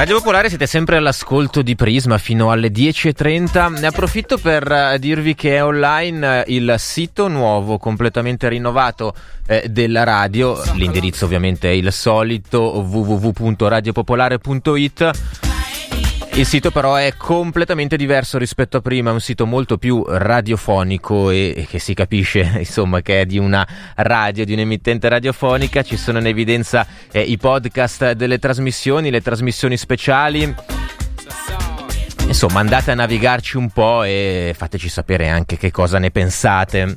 Radio Popolare, siete sempre all'ascolto di Prisma fino alle 10:30. Ne approfitto per dirvi che è online il sito nuovo, completamente rinnovato della radio. L'indirizzo ovviamente è il solito, www.radiopopolare.it. Il sito però è completamente diverso rispetto a prima, è un sito molto più radiofonico e che si capisce insomma che è di una radio, di un'emittente radiofonica. Ci sono in evidenza i podcast delle trasmissioni, le trasmissioni speciali. Insomma, andate a navigarci un po' e fateci sapere anche che cosa ne pensate.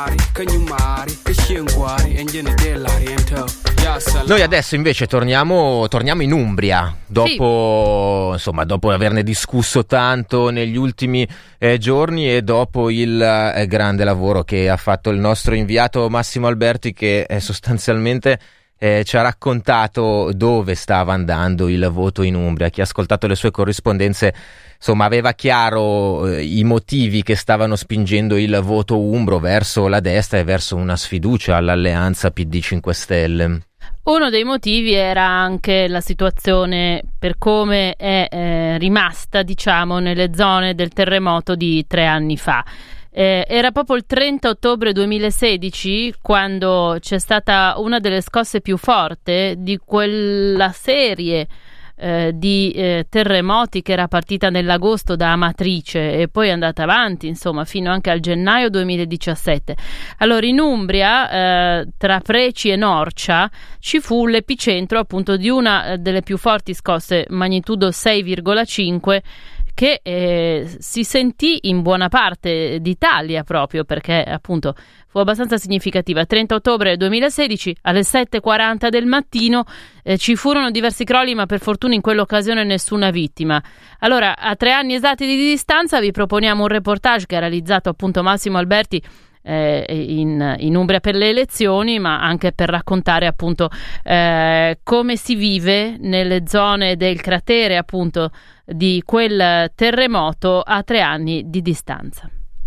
Noi adesso invece torniamo in Umbria dopo, sì, insomma, dopo averne discusso tanto negli ultimi giorni e dopo il grande lavoro che ha fatto il nostro inviato Massimo Alberti, che sostanzialmente ci ha raccontato dove stava andando il voto in Umbria. Chi ha ascoltato le sue corrispondenze insomma aveva chiaro i motivi che stavano spingendo il voto umbro verso la destra e verso una sfiducia all'alleanza PD 5 Stelle. Uno dei motivi era anche la situazione per come è rimasta, diciamo, nelle zone del terremoto di 3 anni fa. Era proprio il 30 ottobre 2016 quando c'è stata una delle scosse più forti di quella serie di terremoti che era partita nell'agosto da Amatrice e poi è andata avanti, insomma, fino anche al gennaio 2017. Allora in Umbria, tra Preci e Norcia, ci fu l'epicentro appunto di una delle più forti scosse, magnitudo 6,5, che si sentì in buona parte d'Italia, proprio perché appunto fu abbastanza significativa. 30 ottobre 2016 alle 7:40 del mattino ci furono diversi crolli, ma per fortuna in quell'occasione nessuna vittima. Allora, a 3 anni esatti di distanza vi proponiamo un reportage che ha realizzato appunto Massimo Alberti in Umbria per le elezioni, ma anche per raccontare appunto come si vive nelle zone del cratere appunto di quel terremoto a 3 anni di distanza.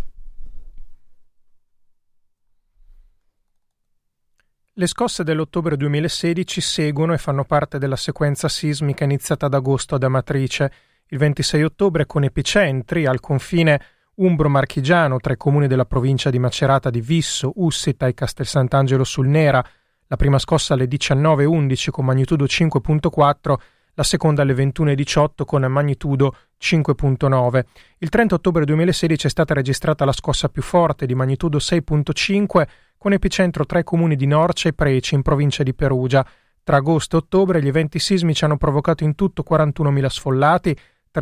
Le scosse dell'ottobre 2016 seguono e fanno parte della sequenza sismica iniziata ad agosto ad Amatrice, il 26 ottobre con epicentri al confine umbro-marchigiano tra i comuni della provincia di Macerata di Visso, Ussita e Castel Sant'Angelo sul Nera, la prima scossa alle 19:11 con magnitudo 5.4, la seconda alle 21:18 con magnitudo 5.9. Il 30 ottobre 2016 è stata registrata la scossa più forte di magnitudo 6.5 con epicentro tra i comuni di Norcia e Preci in provincia di Perugia. Tra agosto e ottobre gli eventi sismici hanno provocato in tutto 41.000 sfollati,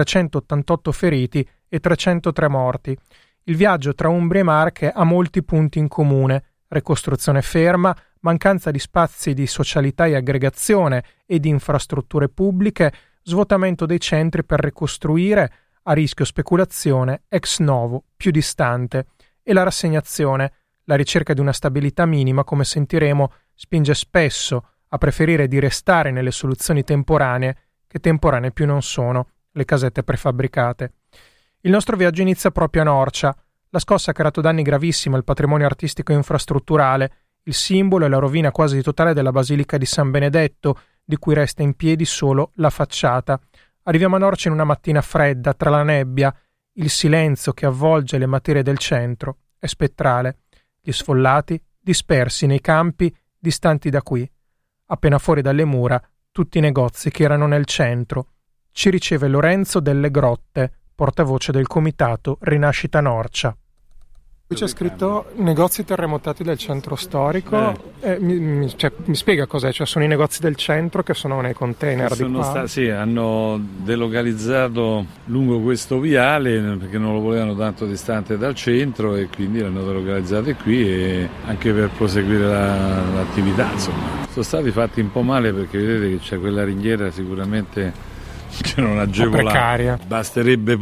388 feriti e 303 morti. Il viaggio tra Umbria e Marche ha molti punti in comune: ricostruzione ferma, mancanza di spazi di socialità e aggregazione e di infrastrutture pubbliche, svuotamento dei centri per ricostruire, a rischio speculazione ex novo, più distante, e la rassegnazione, la ricerca di una stabilità minima, come sentiremo, spinge spesso a preferire di restare nelle soluzioni temporanee, che temporanee più non sono, le casette prefabbricate. Il nostro viaggio inizia proprio a Norcia. La scossa ha creato danni gravissimi al patrimonio artistico e infrastrutturale. Il simbolo è la rovina quasi totale della Basilica di San Benedetto, di cui resta in piedi solo la facciata. Arriviamo a Norcia in una mattina fredda, tra la nebbia. Il silenzio che avvolge le materie del centro è spettrale. Gli sfollati dispersi nei campi distanti da qui. Appena fuori dalle mura, tutti i negozi che erano nel centro. Ci riceve Lorenzo Delle Grotte, portavoce del comitato Rinascita Norcia. Qui c'è scritto negozi terremotati del centro storico. Mi spiega cos'è? Cioè, sono i negozi del centro che sono nei container di qua? Sì, hanno delocalizzato lungo questo viale perché non lo volevano tanto distante dal centro e quindi l'hanno delocalizzato qui, e anche per proseguire l'attività. Insomma, sono stati fatti un po' male perché vedete che c'è quella ringhiera sicuramente che non agevola, basterebbe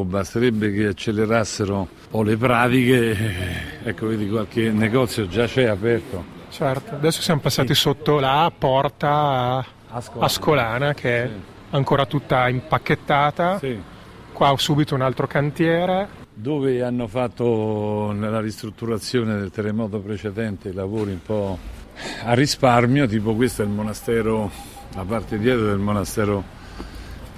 che accelerassero un po' le pratiche. Ecco, vedi, qualche negozio già c'è aperto. Certo, adesso siamo passati sotto la porta Ascolana che è ancora tutta impacchettata. Sì. Qua subito un altro cantiere dove hanno fatto nella ristrutturazione del terremoto precedente lavori un po' a risparmio, tipo questo è il monastero, la parte dietro del monastero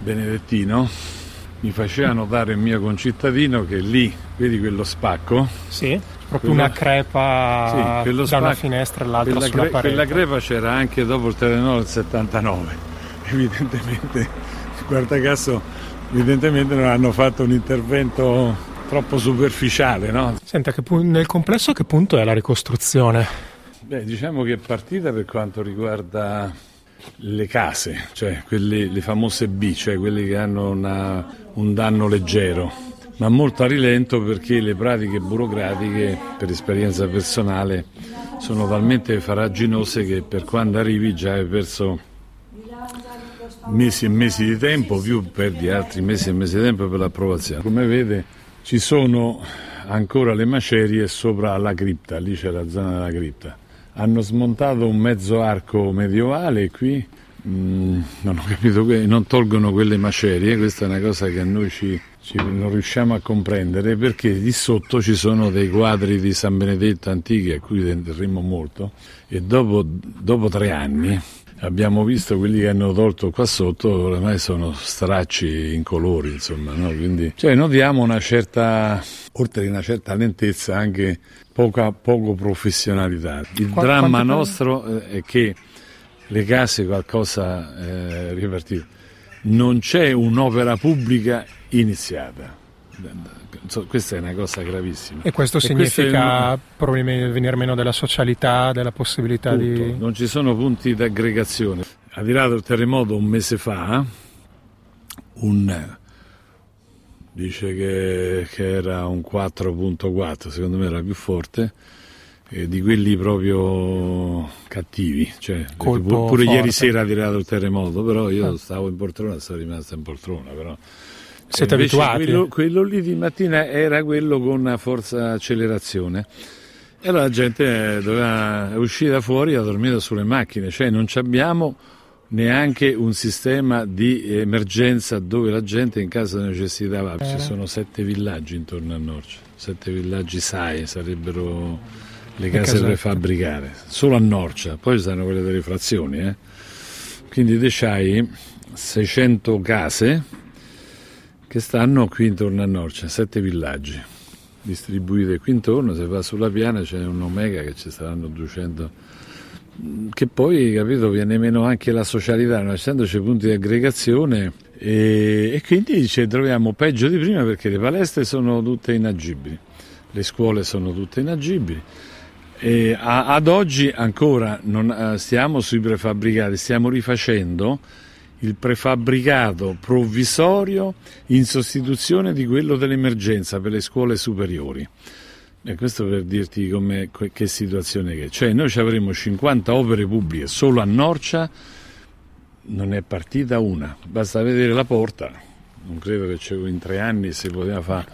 benedettino, mi faceva notare il mio concittadino che lì, vedi quello spacco? Sì, proprio una crepa da una finestra all'altra sulla parete. Quella crepa c'era anche dopo il terremoto del 79, evidentemente, guarda caso, evidentemente non hanno fatto un intervento troppo superficiale, no? Senta, nel complesso a che punto è la ricostruzione? Beh, diciamo che è partita per quanto riguarda le case, cioè le famose B, cioè quelle che hanno un danno leggero, ma molto a rilento perché le pratiche burocratiche, per esperienza personale, sono talmente farraginose che per quando arrivi già hai perso mesi e mesi di tempo, più perdi altri mesi e mesi di tempo per l'approvazione. Come vede ci sono ancora le macerie sopra la cripta, lì c'è la zona della cripta. Hanno smontato un mezzo arco medievale qui, non ho capito, non tolgono quelle macerie, questa è una cosa che a noi non riusciamo a comprendere, perché di sotto ci sono dei quadri di San Benedetto antichi a cui terremo molto, e dopo 3 anni abbiamo visto quelli che hanno tolto qua sotto, ormai sono stracci incolori, insomma, no? Quindi, notiamo una certa, oltre che una certa lentezza, anche poco professionalità. Il dramma nostro è che le case qualcosa è ripartito. Non c'è un'opera pubblica iniziata. Questa è una cosa gravissima. E questo significa problemi, venire meno della socialità, della possibilità tutto. di... Non ci sono punti di aggregazione. Arrivato il terremoto un mese fa, dice che era un 4.4, secondo me era più forte, di quelli proprio cattivi, pure ieri sera ha tirato il terremoto, però io stavo in poltrona, sono rimasto in poltrona, però siete abituati? Quello lì di mattina era quello con una forza accelerazione, e allora la gente doveva uscire da fuori, ha dormito sulle macchine, non abbiamo neanche un sistema di emergenza dove la gente in caso di necessità va. Ci sono 7 villaggi intorno a Norcia, 7 villaggi SAE, sarebbero le case prefabbricate, solo a Norcia, poi ci stanno quelle delle frazioni, quindi c'hai 600 case che stanno qui intorno a Norcia, 7 villaggi distribuite qui intorno. Se va sulla piana c'è un Omega che ci saranno 200, che poi, capito, viene meno anche la socialità, non essendoci punti di aggregazione, e quindi ci troviamo peggio di prima, perché le palestre sono tutte inagibili, le scuole sono tutte inagibili, e ad oggi ancora non stiamo sui prefabbricati, stiamo rifacendo il prefabbricato provvisorio in sostituzione di quello dell'emergenza per le scuole superiori. E questo per dirti che situazione che è. Noi ci avremo 50 opere pubbliche solo a Norcia, non è partita una, basta vedere la porta, non credo che in 3 anni si poteva fare.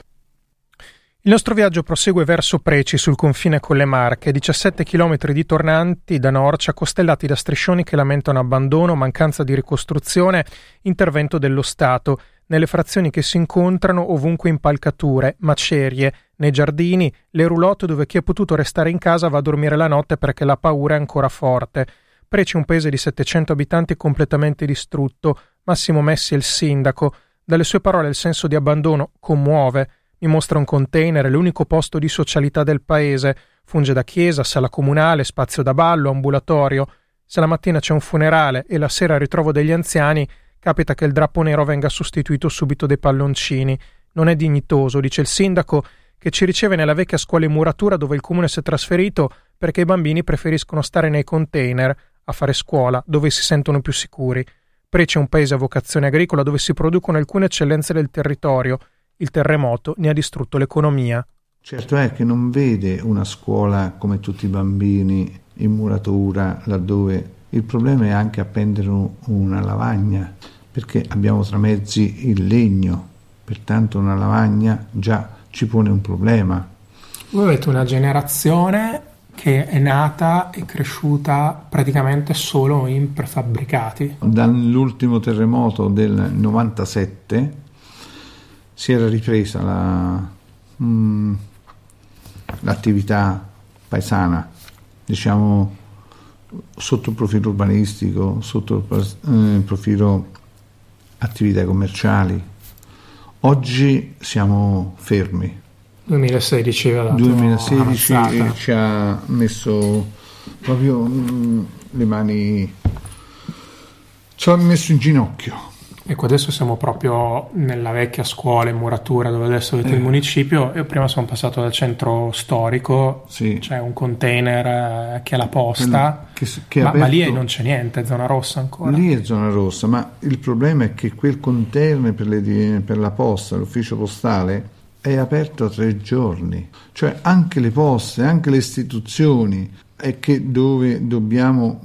Il nostro viaggio prosegue verso Preci, sul confine con le Marche, 17 chilometri di tornanti da Norcia, costellati da striscioni che lamentano abbandono, mancanza di ricostruzione, intervento dello Stato. Nelle frazioni che si incontrano, ovunque impalcature, macerie, nei giardini, le roulotte dove chi è potuto restare in casa va a dormire la notte perché la paura è ancora forte. Preci è un paese di 700 abitanti completamente distrutto. Massimo Messi è il sindaco. Dalle sue parole il senso di abbandono commuove. Mi mostra un container, è l'unico posto di socialità del paese. Funge da chiesa, sala comunale, spazio da ballo, ambulatorio. Se la mattina c'è un funerale e la sera il ritrovo degli anziani, capita che il drappo nero venga sostituito subito dai palloncini. Non è dignitoso, dice il sindaco, che ci riceve nella vecchia scuola in muratura dove il comune si è trasferito perché i bambini preferiscono stare nei container a fare scuola, dove si sentono più sicuri. Preci è un paese a vocazione agricola dove si producono alcune eccellenze del territorio. Il terremoto ne ha distrutto l'economia. Certo è che non vede una scuola come tutti i bambini in muratura, laddove il problema è anche appendere una lavagna, perché abbiamo tra mezzi il legno, pertanto una lavagna già ci pone un problema. Voi avete una generazione che è nata e cresciuta praticamente solo in prefabbricati. Dall'ultimo terremoto del 97 si era ripresa l'attività paesana, diciamo, sotto il profilo urbanistico, sotto il profilo attività commerciali. Oggi siamo fermi. 2016 aveva dato 2016 ci ha messo proprio le mani, ci ha messo in ginocchio. Ecco, adesso siamo proprio nella vecchia scuola in Muratura, dove adesso avete il municipio. Io prima sono passato dal centro storico, sì. C'è un container che è la posta, che ma lì non c'è niente, è zona rossa ancora. Lì è zona rossa, ma il problema è che quel container per la posta, l'ufficio postale, è aperto 3 giorni. Cioè anche le poste, anche le istituzioni, è che dove dobbiamo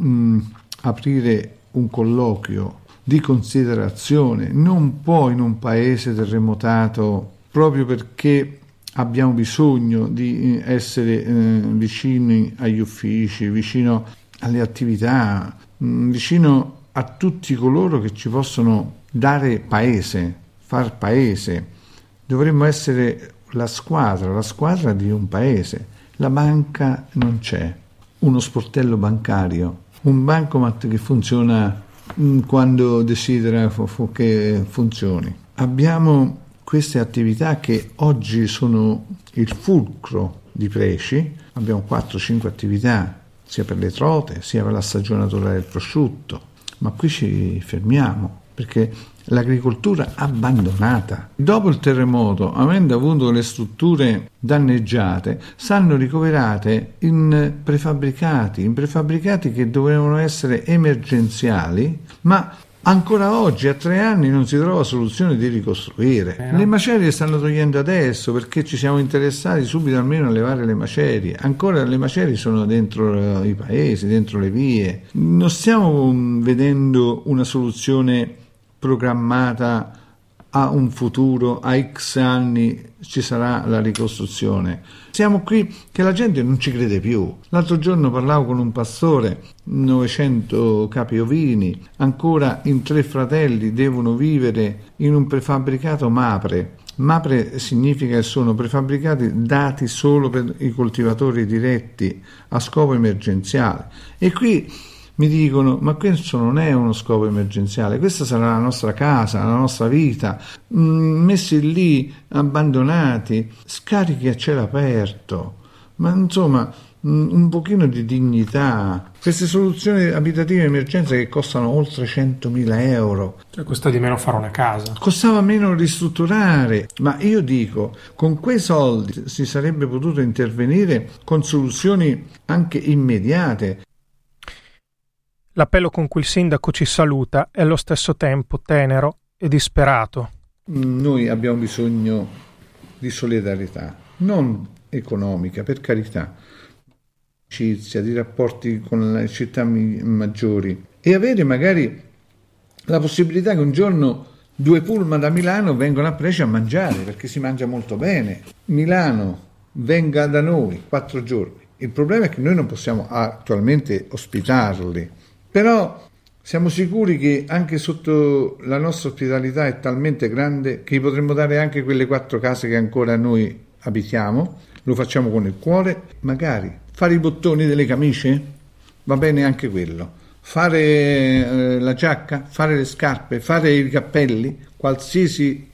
aprire un colloquio di considerazione, non può in un paese terremotato, proprio perché abbiamo bisogno di essere vicini agli uffici, vicino alle attività, vicino a tutti coloro che ci possono dare paese, far paese. Dovremmo essere la squadra di un paese. La banca non c'è, uno sportello bancario, un bancomat che funziona quando desidera che funzioni. Abbiamo queste attività che oggi sono il fulcro di Preci. Abbiamo 4-5 attività, sia per le trote, sia per la stagionatura del prosciutto, ma qui ci fermiamo perché l'agricoltura abbandonata. Dopo il terremoto, avendo avuto le strutture danneggiate, stanno ricoverate in prefabbricati che dovevano essere emergenziali, ma ancora oggi, a 3 anni, non si trova soluzione di ricostruire. Le macerie stanno togliendo adesso perché ci siamo interessati subito almeno a levare le macerie. Ancora le macerie sono dentro i paesi, dentro le vie. Non stiamo vedendo una soluzione programmata a un futuro, a X anni ci sarà la ricostruzione. Siamo qui che la gente non ci crede più. L'altro giorno parlavo con un pastore, 900 capi ovini, ancora in 3 fratelli devono vivere in un prefabbricato MAPRE. MAPRE significa che sono prefabbricati dati solo per i coltivatori diretti a scopo emergenziale. E qui mi dicono, ma questo non è uno scopo emergenziale, questa sarà la nostra casa, la nostra vita, messi lì, abbandonati, scarichi a cielo aperto, ma insomma un pochino di dignità. Queste soluzioni abitative di emergenza che costano oltre 100.000 euro. Cioè costa di meno fare una casa. Costava meno ristrutturare, ma io dico, con quei soldi si sarebbe potuto intervenire con soluzioni anche immediate. L'appello con cui il sindaco ci saluta è allo stesso tempo tenero e disperato. Noi abbiamo bisogno di solidarietà, non economica, per carità, di rapporti con le città maggiori e avere magari la possibilità che un giorno 2 pullman da Milano vengano a Preci a mangiare, perché si mangia molto bene. Milano venga da noi 4 giorni. Il problema è che noi non possiamo attualmente ospitarli. Però siamo sicuri che anche sotto la nostra ospitalità è talmente grande che gli potremmo dare anche quelle 4 case che ancora noi abitiamo. Lo facciamo con il cuore. Magari fare i bottoni delle camicie, va bene anche quello. Fare la giacca, fare le scarpe, fare i cappelli, qualsiasi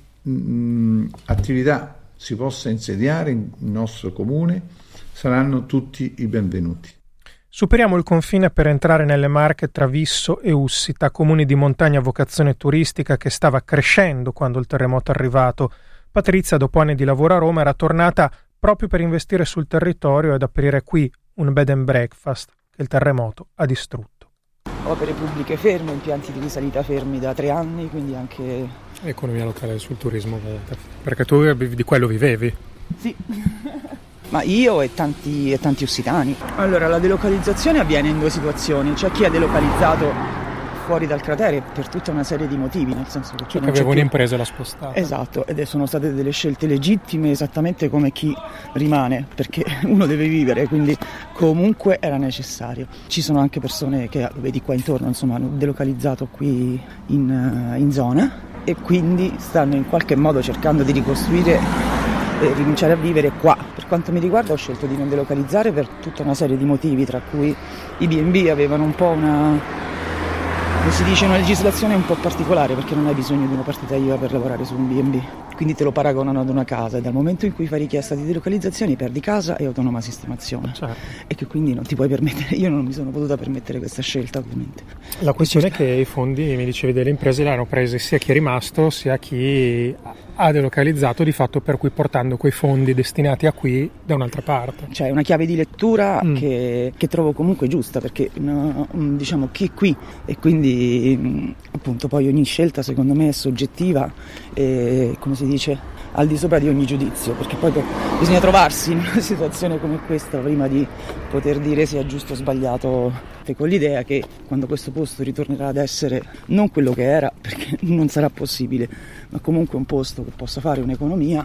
attività si possa insediare nel nostro comune, saranno tutti i benvenuti. Superiamo il confine per entrare nelle Marche tra Visso e Ussita, comuni di montagna a vocazione turistica che stava crescendo quando il terremoto è arrivato. Patrizia, dopo anni di lavoro a Roma, era tornata proprio per investire sul territorio ed aprire qui un bed and breakfast che il terremoto ha distrutto. Opere pubbliche ferme, impianti di risalita fermi da 3 anni, quindi anche... Economia locale sul turismo, perché tu di quello vivevi? Sì. Ma io e tanti ussitani. Allora, la delocalizzazione avviene in 2 situazioni. C'è chi è delocalizzato fuori dal cratere per tutta una serie di motivi, nel senso che non aveva un'impresa e l'ha spostata. Esatto, ed sono state delle scelte legittime, esattamente come chi rimane, perché uno deve vivere, quindi comunque era necessario. Ci sono anche persone che, vedi qua intorno, insomma, hanno delocalizzato qui in zona e quindi stanno in qualche modo cercando di ricostruire e ricominciare a vivere qua. Per quanto mi riguarda ho scelto di non delocalizzare per tutta una serie di motivi, tra cui i B&B avevano un po' si dice, una legislazione un po' particolare, perché non hai bisogno di una partita IVA per lavorare su un B&B, quindi te lo paragonano ad una casa e dal momento in cui fai richiesta di delocalizzazione perdi casa e autonoma sistemazione, certo. E che quindi non ti puoi permettere, io non mi sono potuta permettere questa scelta, ovviamente. La questione è che i fondi, mi dicevi, delle imprese l'hanno presi sia chi è rimasto sia chi ha delocalizzato, di fatto, per cui portando quei fondi destinati a qui da un'altra parte. Cioè una chiave di lettura che trovo comunque giusta, perché diciamo chi è qui e quindi appunto poi ogni scelta secondo me è soggettiva e, come si dice, al di sopra di ogni giudizio, perché poi bisogna trovarsi in una situazione come questa prima di poter dire se è giusto o sbagliato, con l'idea che quando questo posto ritornerà ad essere non quello che era, perché non sarà possibile, ma comunque un posto che possa fare un'economia,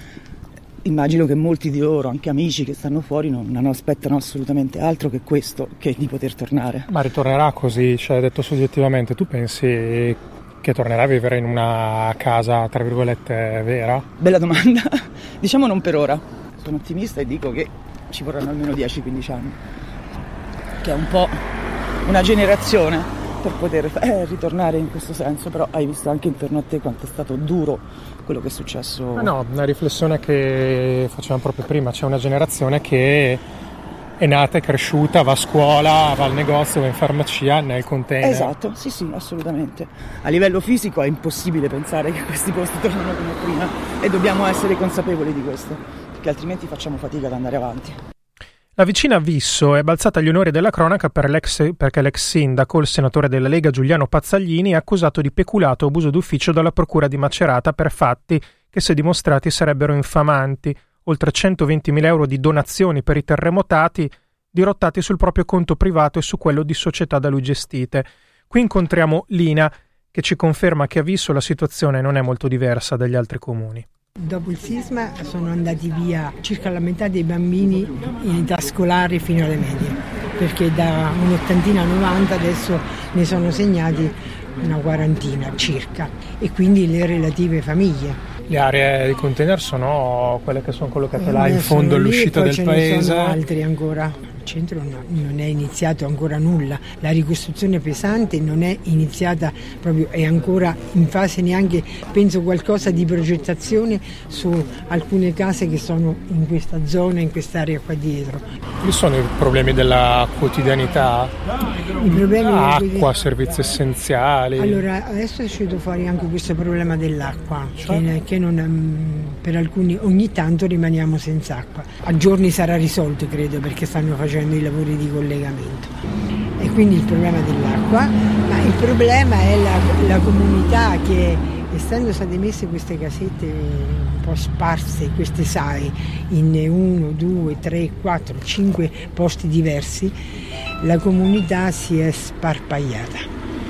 immagino che molti di loro, anche amici che stanno fuori, non aspettano assolutamente altro che questo, che di poter tornare. Ma ritornerà così, cioè detto soggettivamente, tu pensi che tornerà a vivere in una casa, tra virgolette, vera? Bella domanda. Diciamo non per ora. Sono ottimista e dico che ci vorranno almeno 10-15 anni, che è un po' una generazione per poter ritornare in questo senso, però hai visto anche intorno a te quanto è stato duro quello che è successo. No, una riflessione che facevamo proprio prima, c'è una generazione che è nata, è cresciuta, va a scuola, va al negozio, va in farmacia, nel container. Esatto, sì, assolutamente. A livello fisico è impossibile pensare che questi posti tornano come prima e dobbiamo essere consapevoli di questo, perché altrimenti facciamo fatica ad andare avanti. La vicina Visso è balzata agli onori della cronaca perché l'ex sindaco, il senatore della Lega Giuliano Pazzaglini, è accusato di peculato e abuso d'ufficio dalla procura di Macerata per fatti che, se dimostrati, sarebbero infamanti. Oltre 120.000 euro di donazioni per i terremotati dirottati sul proprio conto privato e su quello di società da lui gestite. Qui incontriamo Lina, che ci conferma che a Visso la situazione non è molto diversa dagli altri comuni. Dopo il sisma sono andati via circa la metà dei bambini in età scolare fino alle medie, perché da un'ottantina a 90 adesso ne sono segnati una quarantina circa, e quindi le relative famiglie. Le aree di container sono quelle che sono collocate là in fondo all'uscita del paese. Ne sono altri ancora. Il centro non è iniziato ancora nulla, la ricostruzione pesante non è iniziata proprio, è ancora in fase neanche, penso, qualcosa di progettazione su alcune case che sono in questa zona, in quest'area qua dietro. Quali sono i problemi della quotidianità? I problemi acqua, servizi essenziali. Allora, adesso è uscito fuori anche questo problema dell'acqua, che non, per alcuni ogni tanto rimaniamo senza acqua. A giorni sarà risolto, credo, perché stanno facendo i lavori di collegamento, e quindi il problema dell'acqua, ma il problema è la comunità che, essendo state messe queste casette un po' sparse, queste SAE in 1, 2, 3, 4, 5 posti diversi, la comunità si è sparpagliata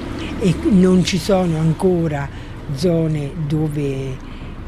e non ci sono ancora zone dove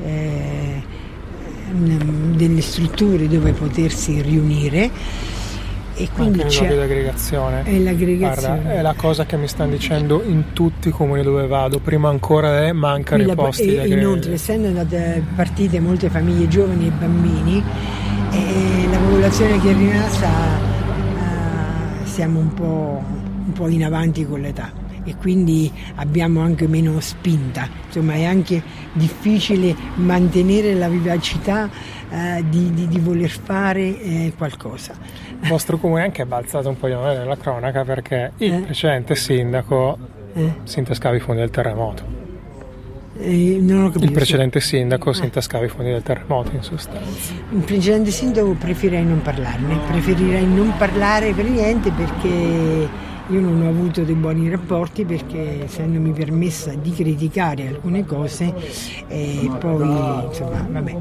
delle strutture dove potersi riunire, e quindi anche c'è l'aggregazione. L'aggregazione. Guarda, è la cosa che mi stanno dicendo in tutti i comuni dove vado. Prima ancora mancano i posti di aggregazione. Inoltre, essendo partite molte famiglie giovani e bambini, la popolazione che è rimasta, siamo un po' in avanti con l'età, e quindi abbiamo anche meno spinta. Insomma, è anche difficile mantenere la vivacità di voler fare qualcosa. Il vostro comune anche è balzato un po' nella cronaca perché il precedente sindaco si intascava i fondi del terremoto. Non ho capito. Il precedente sindaco si intascava i fondi del terremoto, in sostanza. Il precedente sindaco preferirei non parlare per niente, perché io non ho avuto dei buoni rapporti, perché essendomi permessa di criticare alcune cose, poi insomma vabbè,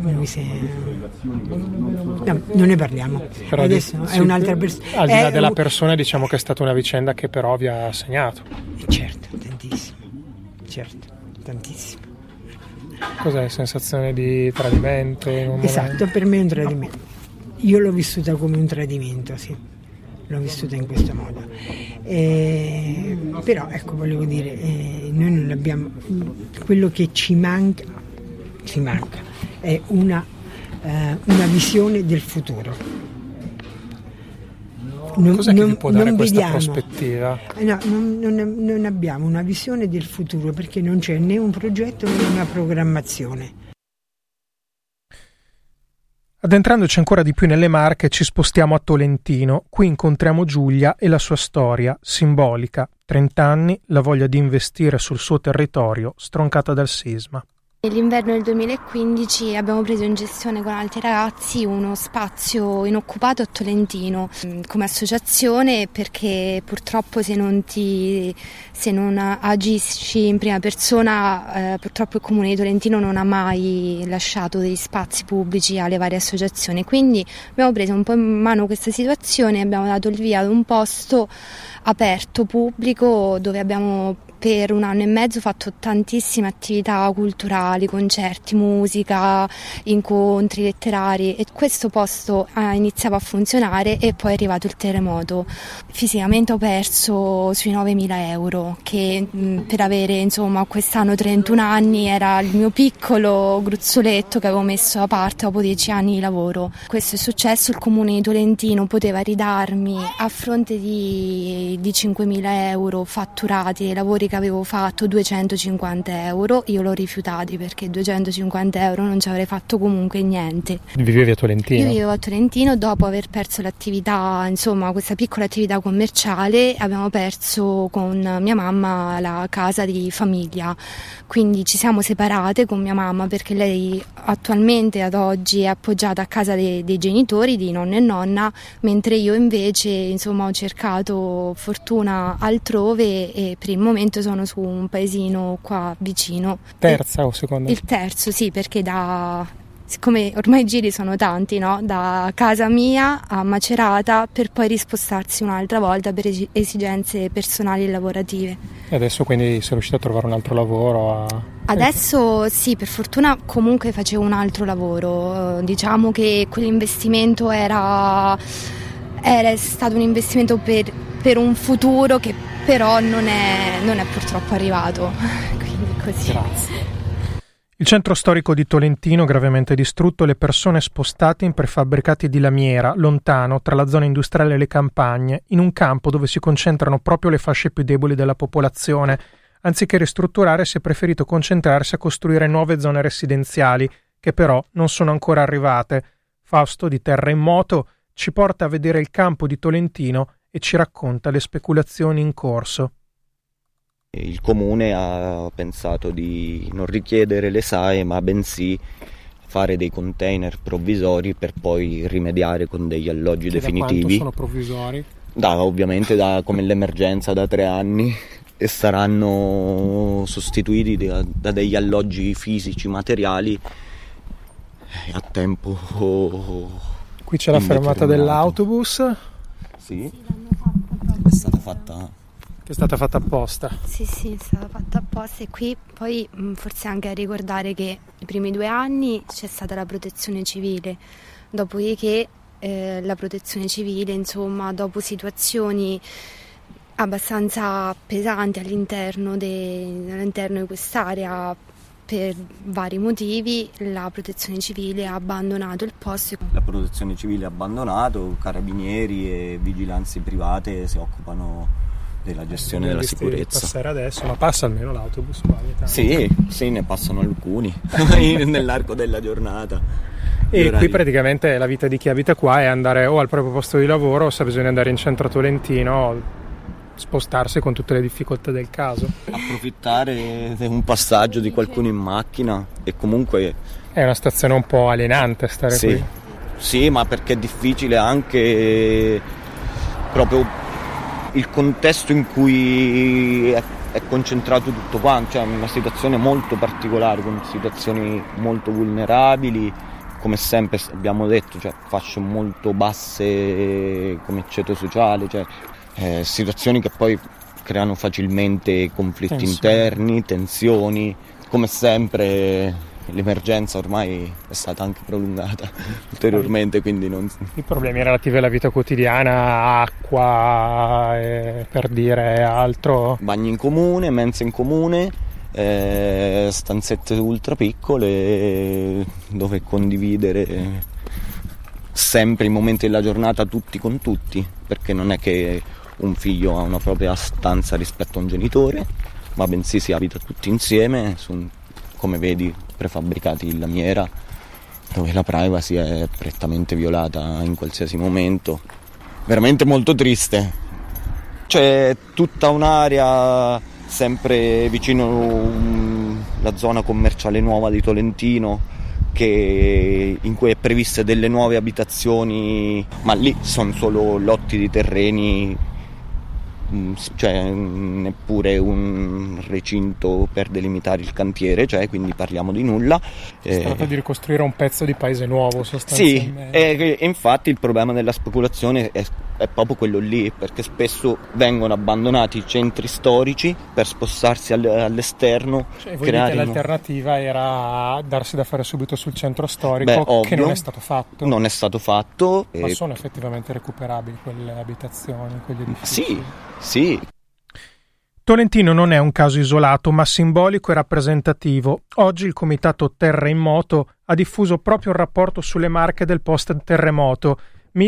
non ne parliamo. Però adesso è un'altra persona. Al di là della persona, diciamo che è stata una vicenda che però vi ha segnato. Certo, tantissimo. Cos'è? Sensazione di tradimento? Esatto, per me è un tradimento. Io l'ho vissuta come un tradimento, sì. L'ho vissuta in questo modo, però ecco, volevo dire, noi non abbiamo, quello che ci manca è una visione del futuro. Cos'è che vi può dare questa vediamo. prospettiva? No, non abbiamo una visione del futuro perché non c'è né un progetto né una programmazione. Addentrandoci ancora di più nelle Marche ci spostiamo a Tolentino. Qui incontriamo Giulia e la sua storia, simbolica, 30 anni, la voglia di investire sul suo territorio, stroncata dal sisma. Nell'inverno del 2015 abbiamo preso in gestione con altri ragazzi uno spazio inoccupato a Tolentino come associazione, perché purtroppo se non agisci in prima persona purtroppo il Comune di Tolentino non ha mai lasciato degli spazi pubblici alle varie associazioni, quindi abbiamo preso un po' in mano questa situazione e abbiamo dato il via ad un posto aperto, pubblico, dove abbiamo per 1 anno e mezzo fatto tantissime attività culturali, concerti, musica, incontri letterari, e questo posto iniziava a funzionare e poi è arrivato il terremoto. Fisicamente ho perso sui 9.000 euro, che per avere insomma quest'anno 31 anni era il mio piccolo gruzzoletto che avevo messo da parte dopo 10 anni di lavoro. Questo è successo, il Comune di Tolentino poteva ridarmi a fronte di 5.000 euro fatturati dei lavori che avevo fatto 250 euro, io l'ho rifiutati perché 250 euro non ci avrei fatto comunque niente. Vivevi a Tolentino? Io vivevo a Tolentino, dopo aver perso l'attività, insomma questa piccola attività commerciale, abbiamo perso con mia mamma la casa di famiglia, quindi ci siamo separate con mia mamma perché lei attualmente ad oggi è appoggiata a casa dei genitori, di nonno e nonna, mentre io invece insomma ho cercato fortuna altrove e per il momento sono su un paesino qua vicino. Terza o seconda? Il terzo, sì, perché siccome ormai i giri sono tanti, no? Da casa mia a Macerata per poi rispostarsi un'altra volta per esigenze personali e lavorative. E adesso quindi sei riuscito a trovare un altro lavoro? Adesso sì, per fortuna comunque facevo un altro lavoro, diciamo che quell'investimento era stato un investimento per un futuro che però non è purtroppo arrivato, quindi così. Grazie. Il centro storico di Tolentino gravemente distrutto, le persone spostate in prefabbricati di lamiera, lontano tra la zona industriale e le campagne, in un campo dove si concentrano proprio le fasce più deboli della popolazione. Anziché ristrutturare si è preferito concentrarsi a costruire nuove zone residenziali, che però non sono ancora arrivate. Fausto di Terra in Moto ci porta a vedere il campo di Tolentino e ci racconta le speculazioni in corso. Il comune ha pensato di non richiedere le SAE, ma bensì fare dei container provvisori per poi rimediare con degli alloggi definitivi. Da quanto sono provvisori? Ovviamente come l'emergenza da 3 anni, e saranno sostituiti da degli alloggi fisici materiali a tempo. Qui c'è la fermata dell'autobus. Sì, è stata fatta. Che è stata fatta apposta. Sì, è stata fatta apposta, e qui poi forse anche a ricordare che i primi 2 anni c'è stata la protezione civile, dopodiché la protezione civile, insomma, dopo situazioni abbastanza pesanti all'interno di quest'area, per vari motivi, la protezione civile ha abbandonato il posto. La protezione civile ha abbandonato, carabinieri e vigilanze private si occupano della gestione della sicurezza. Passare adesso, ma passa almeno l'autobus qua? Sì, ne passano alcuni nell'arco della giornata. E qui praticamente la vita di chi abita qua è andare o al proprio posto di lavoro, o se ha bisogno di andare in centro a Tolentino, spostarsi con tutte le difficoltà del caso. Approfittare di un passaggio di qualcuno in macchina, e comunque è una situazione un po' alienante stare qui. Sì, ma perché è difficile anche proprio il contesto in cui è concentrato tutto quanto, cioè una situazione molto particolare, con situazioni molto vulnerabili, come sempre abbiamo detto, cioè fasce molto basse come ceto sociale, cioè situazioni che poi creano facilmente conflitti interni, tensioni. Come sempre l'emergenza ormai è stata anche prolungata ulteriormente, quindi non. I problemi relativi alla vita quotidiana, acqua, per dire altro. Bagni in comune, mense in comune, stanzette ultra piccole dove condividere sempre i momenti della giornata tutti con tutti, perché non è che un figlio ha una propria stanza rispetto a un genitore, ma bensì si abita tutti insieme su, come vedi, prefabbricati in lamiera, dove la privacy è prettamente violata in qualsiasi momento. Veramente molto triste. C'è tutta un'area sempre vicino la zona commerciale nuova di Tolentino, in cui è previste delle nuove abitazioni, ma lì sono solo lotti di terreni, cioè neppure un recinto per delimitare il cantiere, cioè, quindi parliamo di nulla. Si tratta di ricostruire un pezzo di paese nuovo sostanzialmente. Sì, e infatti il problema della speculazione è proprio quello lì, perché spesso vengono abbandonati i centri storici per spostarsi all'esterno. Cioè, voi dite l'alternativa era darsi da fare subito sul centro storico, ovvio, che non è stato fatto. Non è stato fatto. Ma sono effettivamente recuperabili quelle abitazioni, quegli edifici? Sì. Tolentino non è un caso isolato, ma simbolico e rappresentativo. Oggi il comitato Terra in Moto ha diffuso proprio un rapporto sulle Marche del post-terremoto,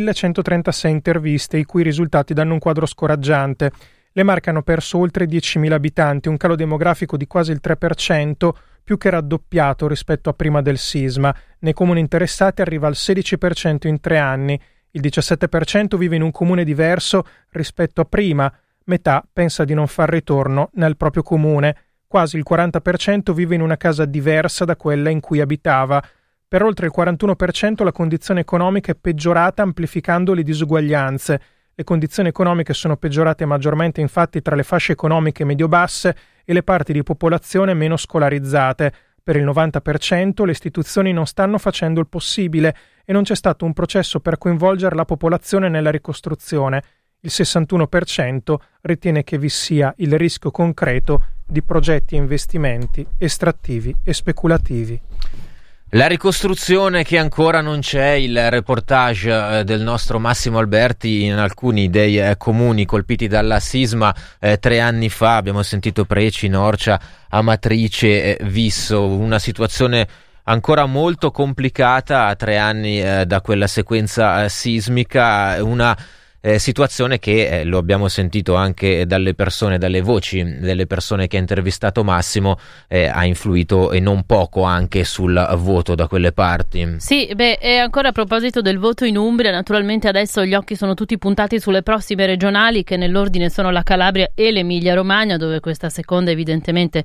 1136 interviste, i cui risultati danno un quadro scoraggiante. Le Marche hanno perso oltre 10.000 abitanti, un calo demografico di quasi il 3%, più che raddoppiato rispetto a prima del sisma. Nei comuni interessati arriva al 16% in 3 anni. Il 17% vive in un comune diverso rispetto a prima. Metà pensa di non far ritorno nel proprio comune. Quasi il 40% vive in una casa diversa da quella in cui abitava. Per oltre il 41% la condizione economica è peggiorata, amplificando le disuguaglianze. Le condizioni economiche sono peggiorate maggiormente infatti tra le fasce economiche medio-basse e le parti di popolazione meno scolarizzate. Per il 90% le istituzioni non stanno facendo il possibile e non c'è stato un processo per coinvolgere la popolazione nella ricostruzione. Il 61% ritiene che vi sia il rischio concreto di progetti e investimenti estrattivi e speculativi. La ricostruzione che ancora non c'è, il reportage del nostro Massimo Alberti in alcuni dei comuni colpiti dalla sisma 3 anni fa. Abbiamo sentito Preci, Norcia, Amatrice, Visso, una situazione ancora molto complicata a 3 anni da quella sequenza sismica, una situazione che lo abbiamo sentito anche dalle persone, dalle voci delle persone che ha intervistato Massimo, ha influito e non poco anche sul voto da quelle parti. Sì, e ancora a proposito del voto in Umbria, naturalmente adesso gli occhi sono tutti puntati sulle prossime regionali, che nell'ordine sono la Calabria e l'Emilia Romagna, dove questa seconda evidentemente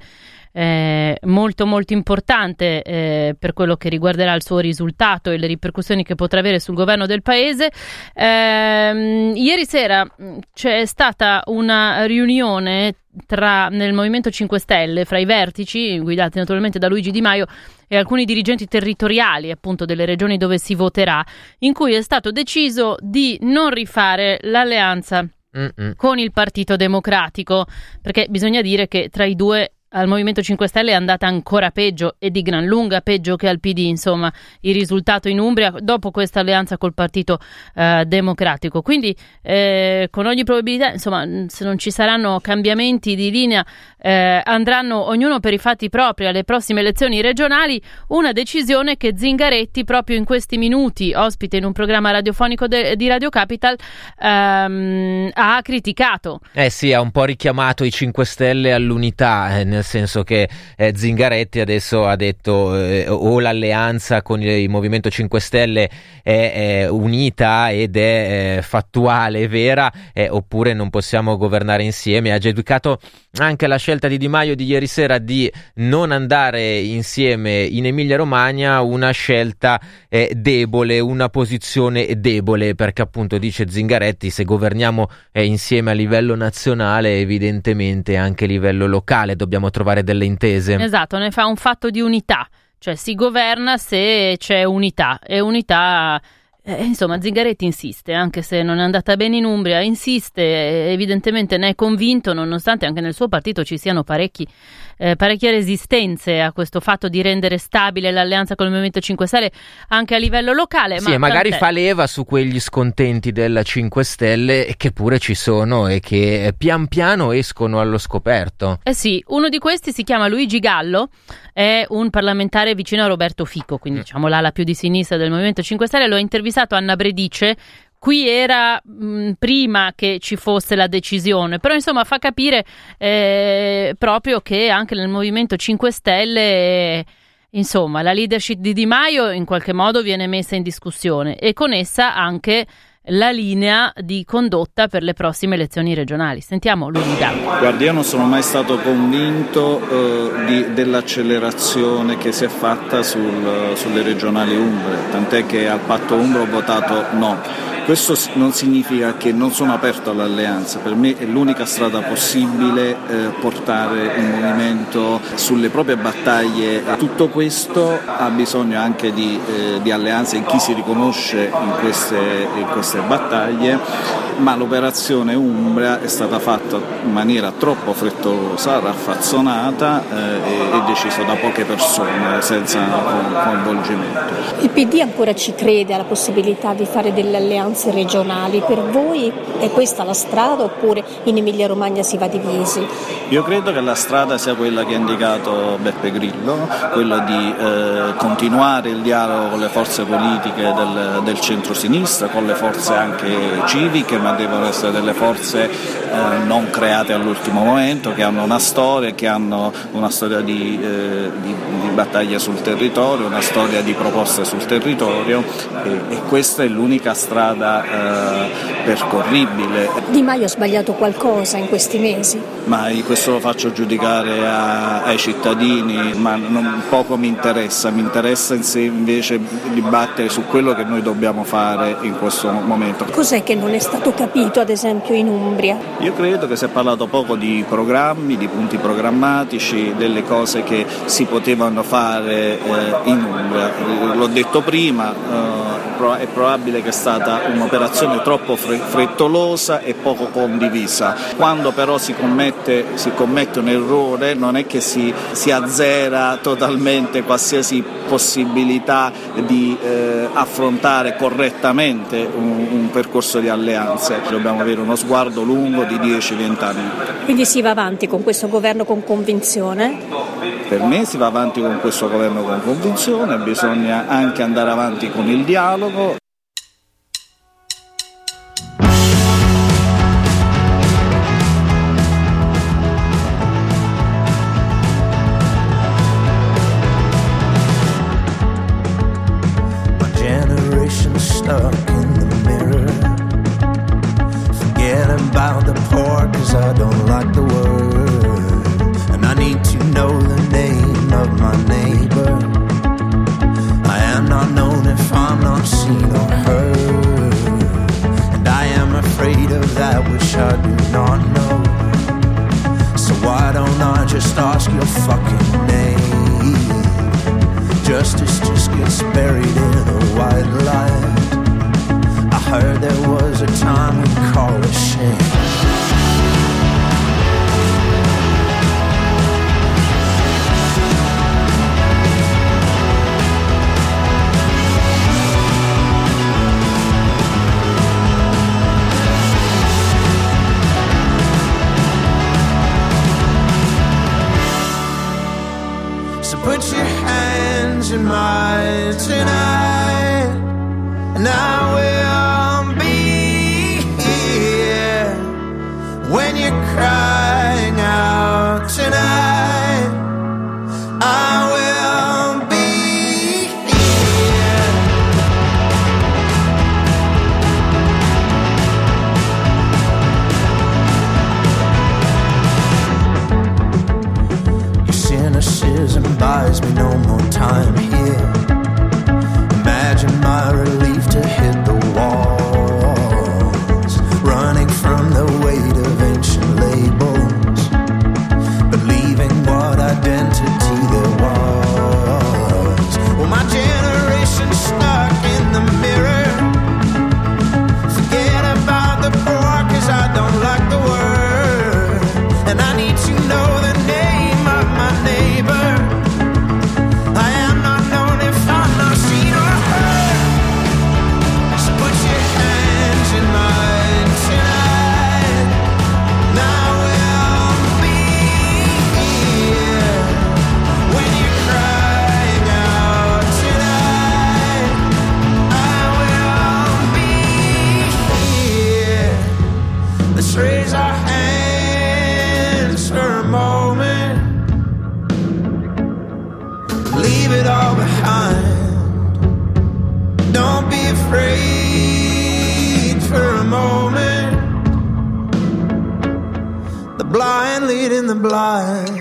molto molto importante per quello che riguarderà il suo risultato e le ripercussioni che potrà avere sul governo del paese. Ieri sera c'è stata una riunione nel Movimento 5 Stelle fra i vertici, guidati naturalmente da Luigi Di Maio, e alcuni dirigenti territoriali appunto delle regioni dove si voterà, in cui è stato deciso di non rifare l'alleanza con il Partito Democratico, perché bisogna dire che tra i due al Movimento 5 Stelle è andata ancora peggio, e di gran lunga peggio che al PD, insomma, il risultato in Umbria dopo questa alleanza col Partito Democratico. Quindi con ogni probabilità, insomma, se non ci saranno cambiamenti di linea, andranno ognuno per i fatti propri alle prossime elezioni regionali. Una decisione che Zingaretti proprio in questi minuti, ospite in un programma radiofonico di Radio Capital, ha criticato. Sì, ha un po' richiamato i 5 Stelle all'unità, nel senso che Zingaretti adesso ha detto o l'alleanza con il Movimento 5 Stelle è unita ed è fattuale e vera, oppure non possiamo governare insieme. Ha giudicato anche la scelta di Di Maio di ieri sera di non andare insieme in Emilia Romagna una scelta debole, una posizione debole, perché appunto, dice Zingaretti, se governiamo insieme a livello nazionale, evidentemente anche a livello locale dobbiamo trovare delle intese. Esatto, ne fa un fatto di unità, cioè si governa se c'è unità, e unità insomma Zingaretti insiste, anche se non è andata bene in Umbria, insiste, evidentemente ne è convinto, nonostante anche nel suo partito ci siano parecchie resistenze a questo fatto di rendere stabile l'alleanza con il Movimento 5 Stelle anche a livello locale. Sì, ma magari fa leva su quegli scontenti del 5 Stelle che pure ci sono e che pian piano escono allo scoperto. Sì, uno di questi si chiama Luigi Gallo, è un parlamentare vicino a Roberto Fico, quindi diciamo l'ala più di sinistra del Movimento 5 Stelle. Lo ha intervistato intervistato Anna Bredice. Qui era prima che ci fosse la decisione, però insomma fa capire proprio che anche nel Movimento 5 Stelle insomma la leadership di Di Maio in qualche modo viene messa in discussione e con essa anche la linea di condotta per le prossime elezioni regionali. Sentiamo Luida. Guardi, io non sono mai stato convinto dell'accelerazione che si è fatta sulle regionali umbre, tant'è che al patto umbro ho votato no. Questo non significa che non sono aperto all'alleanza, per me è l'unica strada possibile portare il movimento sulle proprie battaglie. Tutto questo ha bisogno anche di alleanze in chi si riconosce in queste battaglie, ma l'operazione Umbria è stata fatta in maniera troppo frettolosa, raffazzonata e decisa da poche persone senza coinvolgimento. Il PD ancora ci crede alla possibilità di fare delle alleanze regionali? Per voi è questa la strada oppure in Emilia Romagna si va divisi? Io credo che la strada sia quella che ha indicato Beppe Grillo, quello di continuare il dialogo con le forze politiche del centro-sinistra, con le forze anche civiche, ma devono essere delle forze non create all'ultimo momento, che hanno una storia di battaglia sul territorio, una storia di proposte sul territorio e questa è l'unica strada percorribile. Di Maio ha sbagliato qualcosa in questi mesi? Ma questo lo faccio giudicare ai cittadini, ma poco mi interessa invece dibattere su quello che noi dobbiamo fare in questo momento. Cos'è che non è stato capito ad esempio in Umbria? Io credo che si è parlato poco di programmi, di punti programmatici, delle cose che si potevano fare in Umbria. L'ho detto prima, è probabile che è stata un'operazione troppo frettolosa e poco condivisa. Quando però si commette un errore non è che si azzera totalmente qualsiasi possibilità di affrontare correttamente un percorso di alleanze. Dobbiamo avere uno sguardo lungo di 10-20 anni. Quindi si va avanti con questo governo con convinzione? Per me si va avanti con questo governo con convinzione, bisogna anche andare avanti con il dialogo. If raise our hands for a moment, leave it all behind. Don't be afraid for a moment. The blind leading the blind.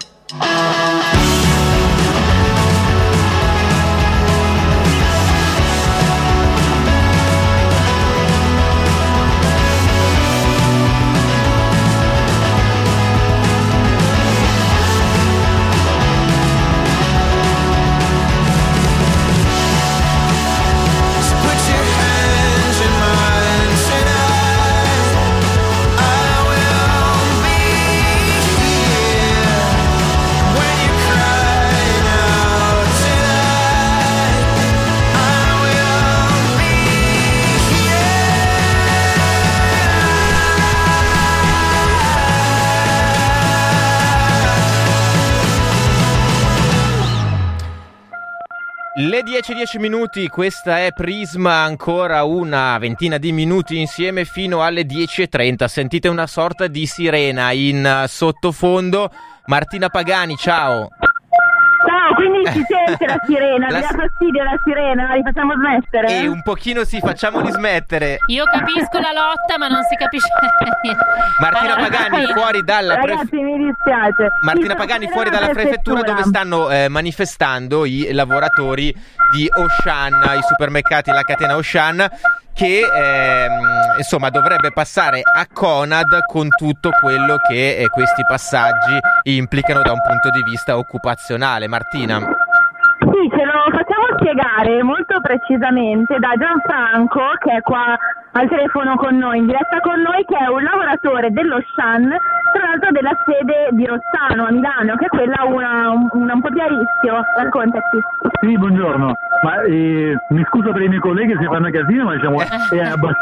Le 10:10 minuti, questa è Prisma, ancora una ventina di minuti insieme fino alle 10:30. Sentite una sorta di sirena in sottofondo. Martina Pagani, ciao. Ciao, quindi si sente la sirena, vi dà fastidio la sirena, la rifacciamo smettere? Un pochino sì, facciamoli smettere. Io capisco la lotta, ma non si capisce niente. Martina Pagani fuori dalla Ragazzi, mi dispiace. Martina Pagani fuori dalla prefettura dove stanno manifestando i lavoratori di Auchan, i supermercati, la catena Auchan, che insomma dovrebbe passare a Conad con tutto quello che questi passaggi implicano da un punto di vista occupazionale. Martina. Sì, ce lo facciamo spiegare molto precisamente da Gianfranco, che è qua al telefono con noi, in diretta con noi, che è un lavoratore dell'Auchan, tra l'altro della sede di Rossano a Milano, che è quella un po' più a rischio. Raccontaci. Sì, buongiorno. Ma mi scuso per i miei colleghi se fanno casino, ma diciamo è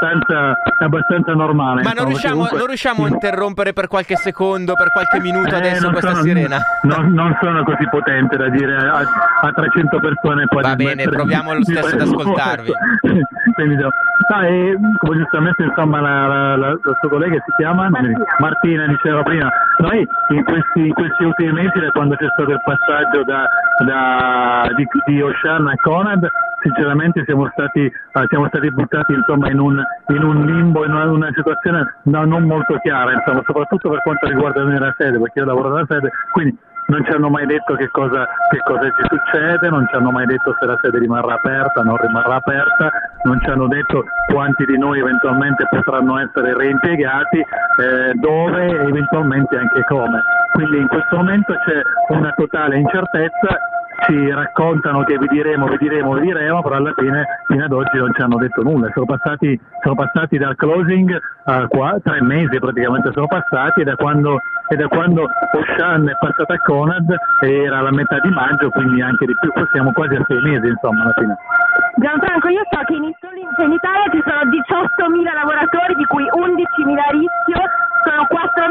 abbastanza normale. Ma non riusciamo a interrompere per qualche secondo, per qualche minuto adesso questa sirena? Non sono così potente da dire a 300 persone. Va bene, proviamo lo stesso ad ascoltarvi. Quindi, come giustamente insomma la sua collega si chiama Martina diceva prima, noi in questi ultimi mesi, da quando c'è stato il passaggio di Auchan a Conad, sinceramente siamo stati buttati insomma in un limbo, in una situazione non molto chiara, insomma, soprattutto per quanto riguarda la sede, perché io lavoro nella sede, quindi non ci hanno mai detto che cosa ci succede, non ci hanno mai detto se la sede rimarrà aperta, non rimarrà aperta, non ci hanno detto quanti di noi eventualmente potranno essere reimpiegati, dove e eventualmente anche come. Quindi in questo momento c'è una totale incertezza. Ci raccontano che vi diremo, però alla fine fino ad oggi non ci hanno detto nulla. Sono passati dal closing 3 mesi praticamente sono passati, e da quando Auchan è passata a Conad era la metà di maggio, quindi anche di più, siamo quasi a 6 mesi insomma alla fine. Gianfranco, io so che in Italia ci sono 18.000 lavoratori, di cui 11.000 a rischio, sono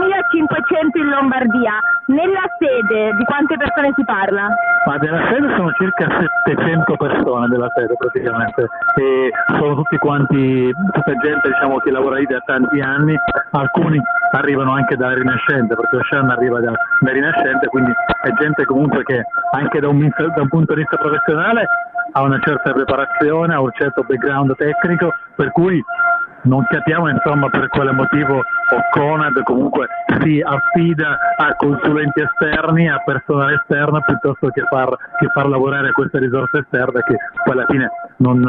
4.500 in Lombardia. Nella sede di quante persone si parla? Ma della sede sono circa 700 persone della sede praticamente, e sono tutta gente diciamo che lavora lì da tanti anni, alcuni arrivano anche da Rinascente, perché Auchan arriva da Rinascente, quindi è gente comunque che anche da un punto di vista professionale ha una certa preparazione, ha un certo background tecnico, per cui non capiamo insomma per quale motivo Conad comunque si affida a consulenti esterni, a personale esterno, piuttosto che far lavorare queste risorse esterne, che poi alla fine non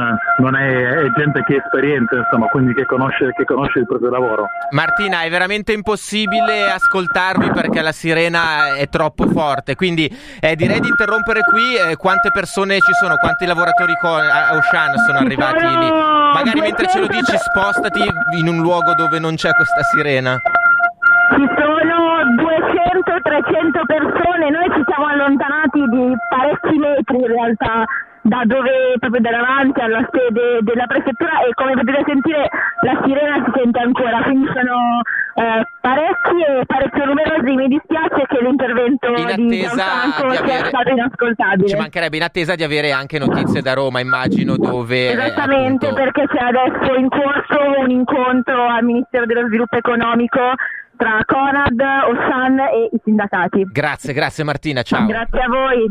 è gente che ha esperienza, insomma, quindi che conosce il proprio lavoro. Martina, è veramente impossibile ascoltarvi perché la sirena è troppo forte, quindi direi di interrompere qui. Quante persone ci sono? Quanti lavoratori Auchan sono arrivati lì? Magari mentre ce lo dici spostati in un luogo dove non c'è questa sirena. Ci sono 200-300 persone, noi ci siamo allontanati di parecchi metri in realtà da dove, proprio da davanti alla sede della prefettura, e come potete sentire la sirena si sente ancora, quindi sono parecchio numerosi. Mi dispiace che l'intervento di Gianfranco sia stato inascoltabile. Ci mancherebbe, in attesa di avere anche notizie da Roma, immagino, dove esattamente, appunto... perché c'è adesso in corso un incontro al Ministero dello Sviluppo Economico tra Conad, Auchan e i sindacati. Grazie Martina, ciao. Grazie a voi.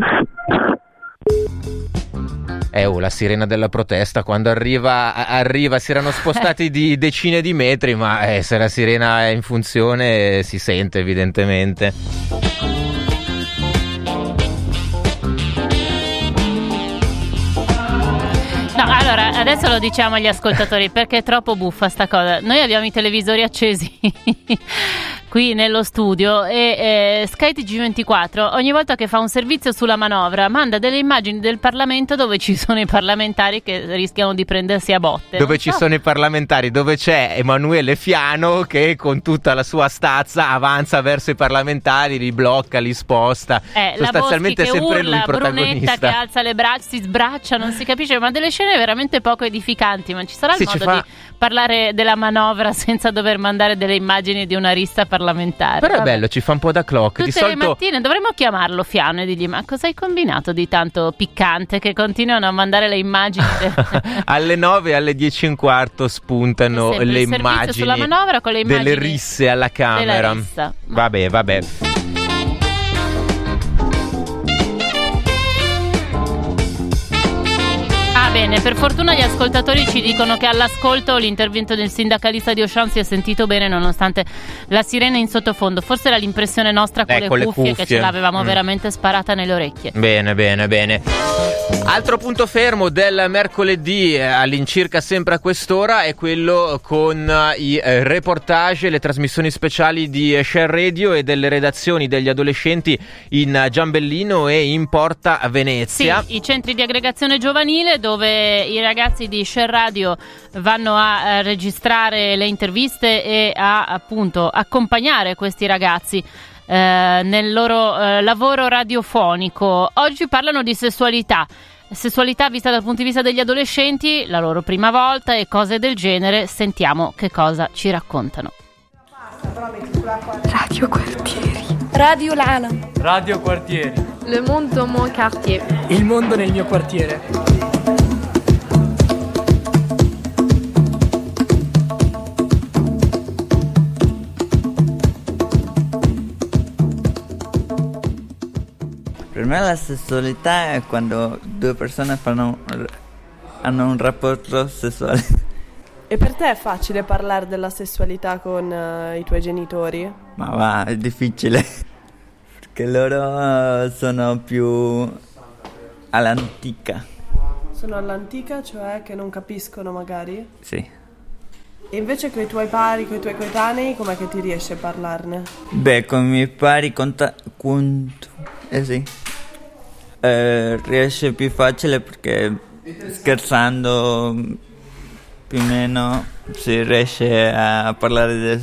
La sirena della protesta quando arriva si erano spostati di decine di metri, ma se la sirena è in funzione si sente evidentemente. No, allora, adesso lo diciamo agli ascoltatori perché è troppo buffa sta cosa. Noi abbiamo i televisori accesi qui nello studio e Sky TG24 ogni volta che fa un servizio sulla manovra manda delle immagini del Parlamento dove ci sono i parlamentari che rischiano di prendersi a botte. Dove ci sono i parlamentari, dove c'è Emanuele Fiano che con tutta la sua stazza avanza verso i parlamentari, li blocca, li sposta. Sostanzialmente è sempre lui il protagonista. Brunetta che alza le braccia, si sbraccia, non si capisce, ma delle scene veramente poco edificanti. Ma ci sarà il modo di parlare della manovra senza dover mandare delle immagini di una rissa parlamentare? Però è bello, ci fa un po' da clock. Tutte di solito... le mattine dovremmo chiamarlo Fiano e dirgli: ma cosa hai combinato di tanto piccante che continuano a mandare le immagini alle 9 e alle 10:15 spuntano le immagini sulla manovra con le immagini delle risse alla Camera. Vabbè. Bene, per fortuna gli ascoltatori ci dicono che all'ascolto l'intervento del sindacalista di Auchan si è sentito bene nonostante la sirena in sottofondo. Forse era l'impressione nostra con le cuffie che ce l'avevamo veramente sparata nelle orecchie. Bene. Altro punto fermo del mercoledì all'incirca sempre a quest'ora è quello con i reportage e le trasmissioni speciali di Share Radio e delle redazioni degli adolescenti in Giambellino e in Porta Venezia. Sì, i centri di aggregazione giovanile dove i ragazzi di Share Radio vanno a registrare le interviste e a appunto accompagnare questi ragazzi nel loro lavoro radiofonico. Oggi parlano di sessualità vista dal punto di vista degli adolescenti, la loro prima volta e cose del genere. Sentiamo che cosa ci raccontano. Radio Quartieri. Radio Lana. Radio Quartieri. Le monde dans mon quartier. Il mondo nel mio quartiere. Per me la sessualità è quando due persone hanno un rapporto sessuale. E per te è facile parlare della sessualità con i tuoi genitori? Ma va, è difficile. Perché loro sono più all'antica. Sono all'antica, cioè che non capiscono magari? Sì. E invece con i tuoi pari, con i tuoi coetanei, com'è che ti riesci a parlarne? Beh, con i miei pari sì. Riesce più facile perché scherzando più o meno si riesce a parlare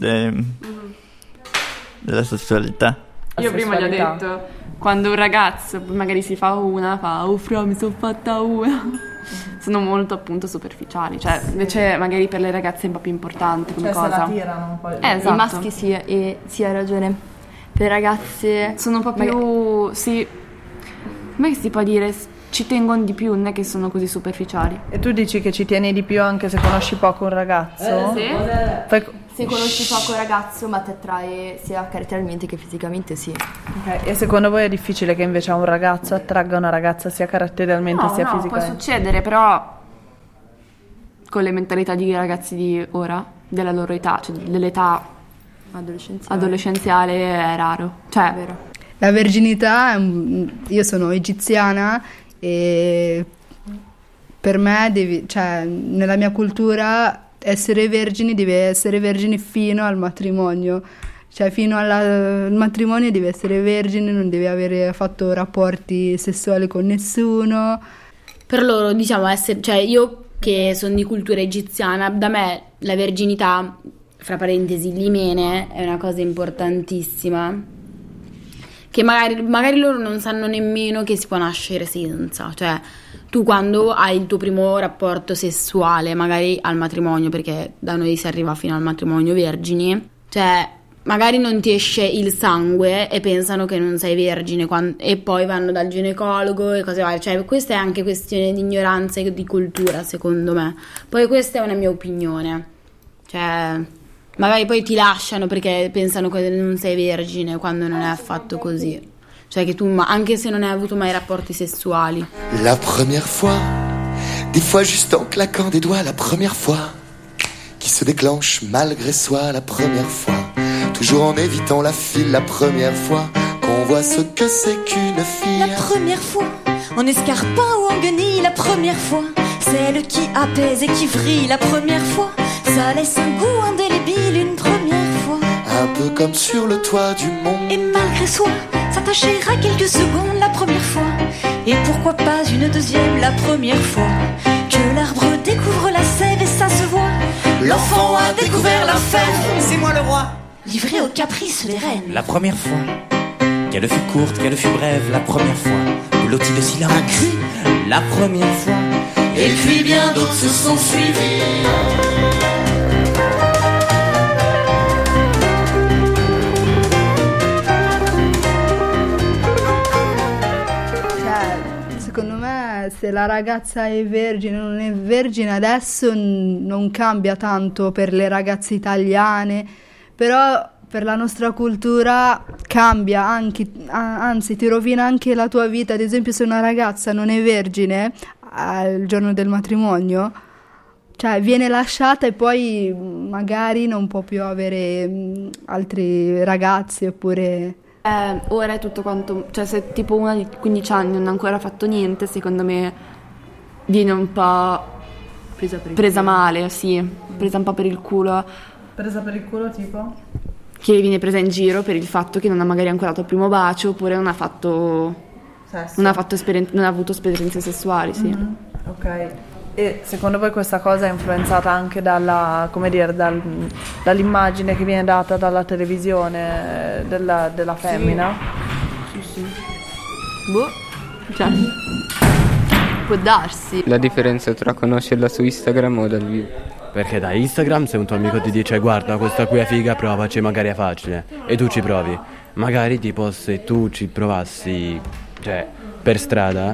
della sessualità. Io prima gli ho detto, quando un ragazzo magari si fa oh fra mi sono fatta una, sono molto appunto superficiali, cioè invece magari per le ragazze è un po' più importante come cosa. Se la tirano un po'. Esatto. I maschi sì, e sì, hai ragione. Per le ragazze sono un po' più sì, come si può dire, ci tengono di più, non è che sono così superficiali. E tu dici che ci tieni di più anche se conosci poco un ragazzo? Sì. Se conosci poco un ragazzo ma ti attrae sia caratterialmente che fisicamente, sì. Okay. E secondo voi è difficile che invece a un ragazzo attragga una ragazza sia caratterialmente sia fisicamente? No, può succedere, però con le mentalità di ragazzi di ora, della loro età, cioè dell'età adolescenziale è raro, cioè è vero. La verginità, io sono egiziana e per me nella mia cultura essere vergini deve essere vergine fino al matrimonio, cioè fino al matrimonio deve essere vergine, non deve avere fatto rapporti sessuali con nessuno. Per loro io che sono di cultura egiziana, da me la verginità, fra parentesi l'imene, è una cosa importantissima, che magari loro non sanno nemmeno che si può nascere senza. Cioè, tu quando hai il tuo primo rapporto sessuale, magari al matrimonio, perché da noi si arriva fino al matrimonio vergini, cioè magari non ti esce il sangue e pensano che non sei vergine e poi vanno dal ginecologo e cose varie. Cioè, questa è anche questione di ignoranza e di cultura, secondo me. Poi questa è una mia opinione. Cioè, magari poi ti lasciano perché pensano che non sei vergine, quando non è affatto così. Cioè che tu, anche se non hai avuto mai rapporti sessuali. La première fois, des fois juste en claquant des doigts, la première fois qui se déclenche malgré soi, la première fois, toujours en évitant la file, la première fois qu'on voit ce que c'est qu'une fille. La première fois, en escarpin ou en guenille, la première fois, celle qui apaise et qui vrille, la première fois, ça laisse un goût indélébile, une première fois. Un peu comme sur le toit du monde. Et malgré soi, s'attacher à quelques secondes la première fois. Et pourquoi pas une deuxième la première fois que l'arbre découvre la sève et ça se voit. L'enfant a découvert la fève. C'est moi le roi, livré aux caprices des reines. La première fois, qu'elle fut courte, qu'elle fut brève, la première fois, blottit le silence. Un cri, la première fois. Et puis bien d'autres se sont suivis. Secondo me, se la ragazza è vergine o non è vergine adesso non cambia tanto per le ragazze italiane, però per la nostra cultura cambia anche, anzi ti rovina anche la tua vita. Ad esempio, se una ragazza non è vergine al giorno del matrimonio, cioè viene lasciata e poi magari non può più avere altri ragazzi oppure... Ora è tutto quanto, cioè se tipo una di 15 anni non ha ancora fatto niente, secondo me viene un po' presa male, sì, presa un po' per il culo. Presa per il culo tipo? Che viene presa in giro per il fatto che non ha magari ancora dato il primo bacio oppure non ha fatto sesso. Non ha avuto esperienze sessuali, sì. Mm-hmm. Ok. E secondo voi questa cosa è influenzata anche dalla, come dire, dall'immagine che viene data dalla televisione della femmina? Sì. Boh, cioè, può darsi. La differenza tra conoscerla su Instagram o dal vivo? Perché da Instagram se un tuo amico ti dice guarda questa qui è figa, provaci, magari è facile, e tu ci provi. Magari tipo se tu ci provassi, cioè per strada,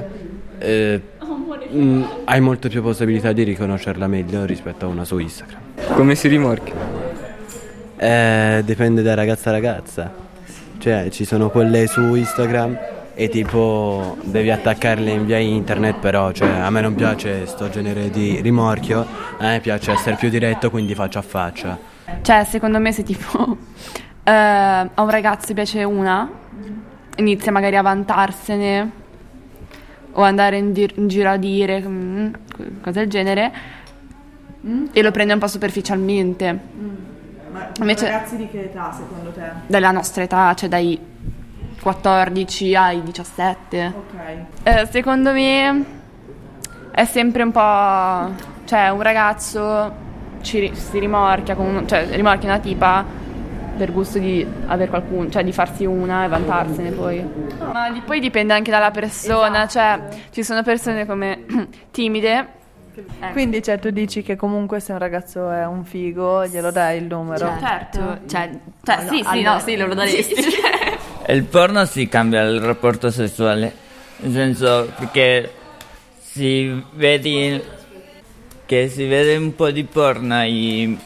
hai molte più possibilità di riconoscerla meglio rispetto a una su Instagram. Come si rimorchia? Dipende da ragazza a ragazza. Cioè ci sono quelle su Instagram e tipo devi attaccarle in via internet, però cioè a me non piace sto genere di rimorchio, a me piace essere più diretto, quindi faccia a faccia. Cioè secondo me se tipo a un ragazzo piace una, inizia magari a vantarsene o andare in giro a dire cose del genere e lo prende un po' superficialmente. Ma invece ragazzi di che età secondo te? Della nostra età, cioè dai 14 ai 17. Ok. Secondo me è sempre un po', cioè un ragazzo si rimorchia cioè rimorchia una tipa per gusto di avere qualcuno, cioè di farsi una e vantarsene poi. Ma poi dipende anche dalla persona, esatto. Cioè ci sono persone come timide. Quindi cioè tu dici che comunque se un ragazzo è un figo glielo dai il numero? Certo. Sì, lo daresti. Il porno si cambia il rapporto sessuale, nel senso che si vede un po' di porno e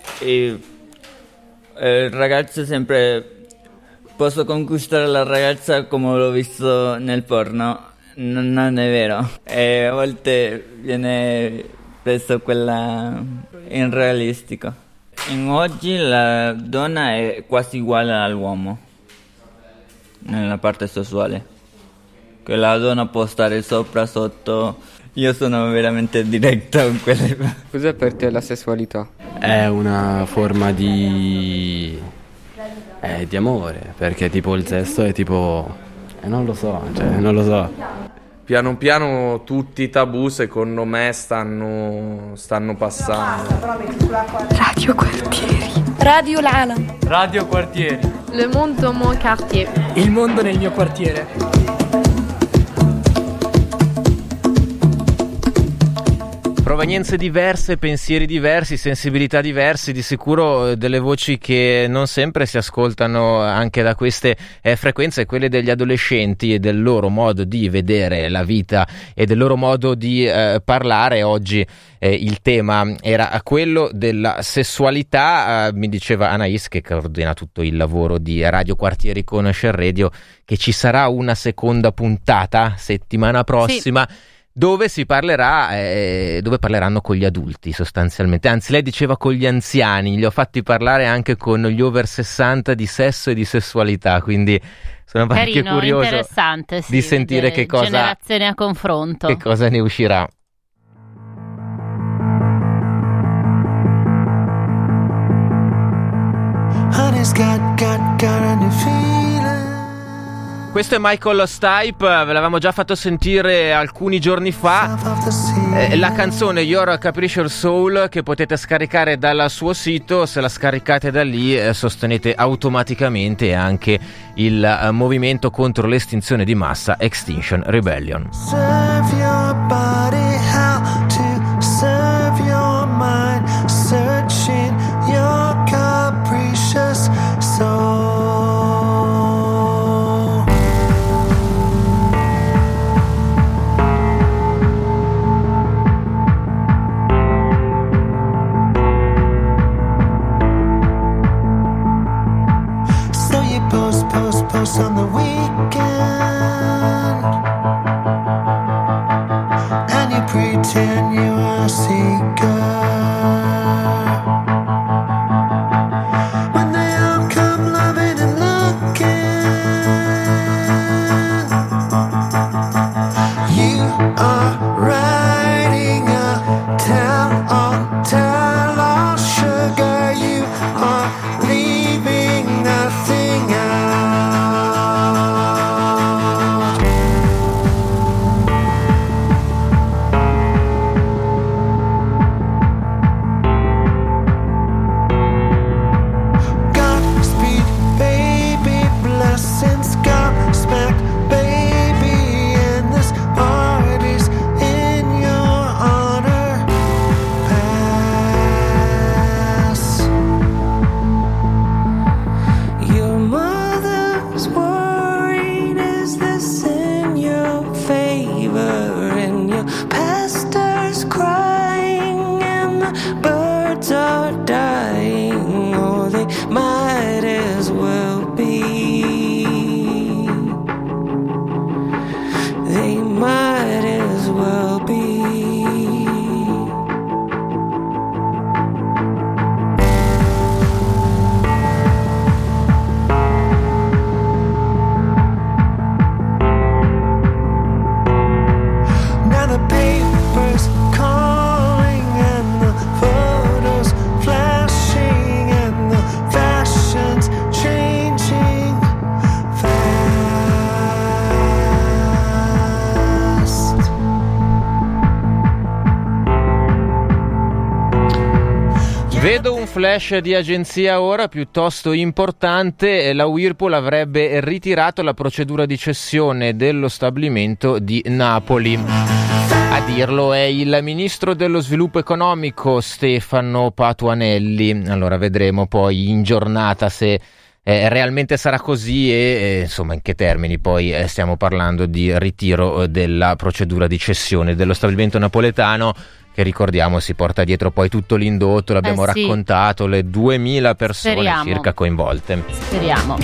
il ragazzo sempre posso conquistare la ragazza come l'ho visto nel porno, non è vero, e a volte viene preso quella irrealistico. In oggi la donna è quasi uguale all'uomo nella parte sessuale, che la donna può stare sopra, sotto. Io sono veramente diretto con quelle. Cos'è per te la sessualità? È una forma di amore, perché tipo il sesso è tipo non lo so. Piano piano tutti i tabù secondo me stanno passando. Radio Quartieri. Radio Lala. Radio Quartieri. Le monde dans mon quartier. Il mondo nel mio quartiere. Provenienze diverse, pensieri diversi, sensibilità diverse, di sicuro delle voci che non sempre si ascoltano anche da queste frequenze, quelle degli adolescenti e del loro modo di vedere la vita e del loro modo di parlare. Oggi il tema era quello della sessualità. Mi diceva Anais, che coordina tutto il lavoro di Radio Quartieri con Share Radio, che ci sarà una seconda puntata settimana prossima. Sì. Dove si parlerà, dove parleranno con gli adulti sostanzialmente, anzi lei diceva con gli anziani, li ho fatti parlare anche con gli over 60 di sesso e di sessualità, quindi sono anche curioso interessante, di sentire che cosa, generazioni a confronto, che cosa ne uscirà. Questo è Michael Stipe, ve l'avevamo già fatto sentire alcuni giorni fa, la canzone Your Capricious Soul, che potete scaricare dal suo sito. Se la scaricate da lì sostenete automaticamente anche il movimento contro l'estinzione di massa Extinction Rebellion. Serve your body, how to serve your mind, searching your capricious soul. Post on the weekend, and you pretend you are a seeker. When they all come loving and looking, you are riding a tell-all sugar. You are leaving nothing out. Vedo un flash di agenzia ora piuttosto importante. La Whirlpool avrebbe ritirato la procedura di cessione dello stabilimento di Napoli. A dirlo è il ministro dello sviluppo economico Stefano Patuanelli. Allora vedremo poi in giornata se realmente sarà così e insomma in che termini. Poi stiamo parlando di ritiro della procedura di cessione dello stabilimento napoletano, che ricordiamo si porta dietro poi tutto l'indotto, l'abbiamo raccontato, le 2000 persone circa coinvolte. Speriamo.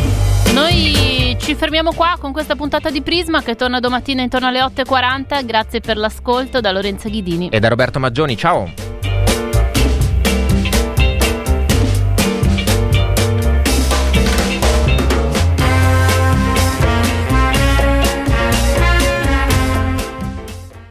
Noi ci fermiamo qua con questa puntata di Prisma, che torna domattina intorno alle 8:40. Grazie per l'ascolto da Lorenza Ghidini e da Roberto Maggioni. Ciao.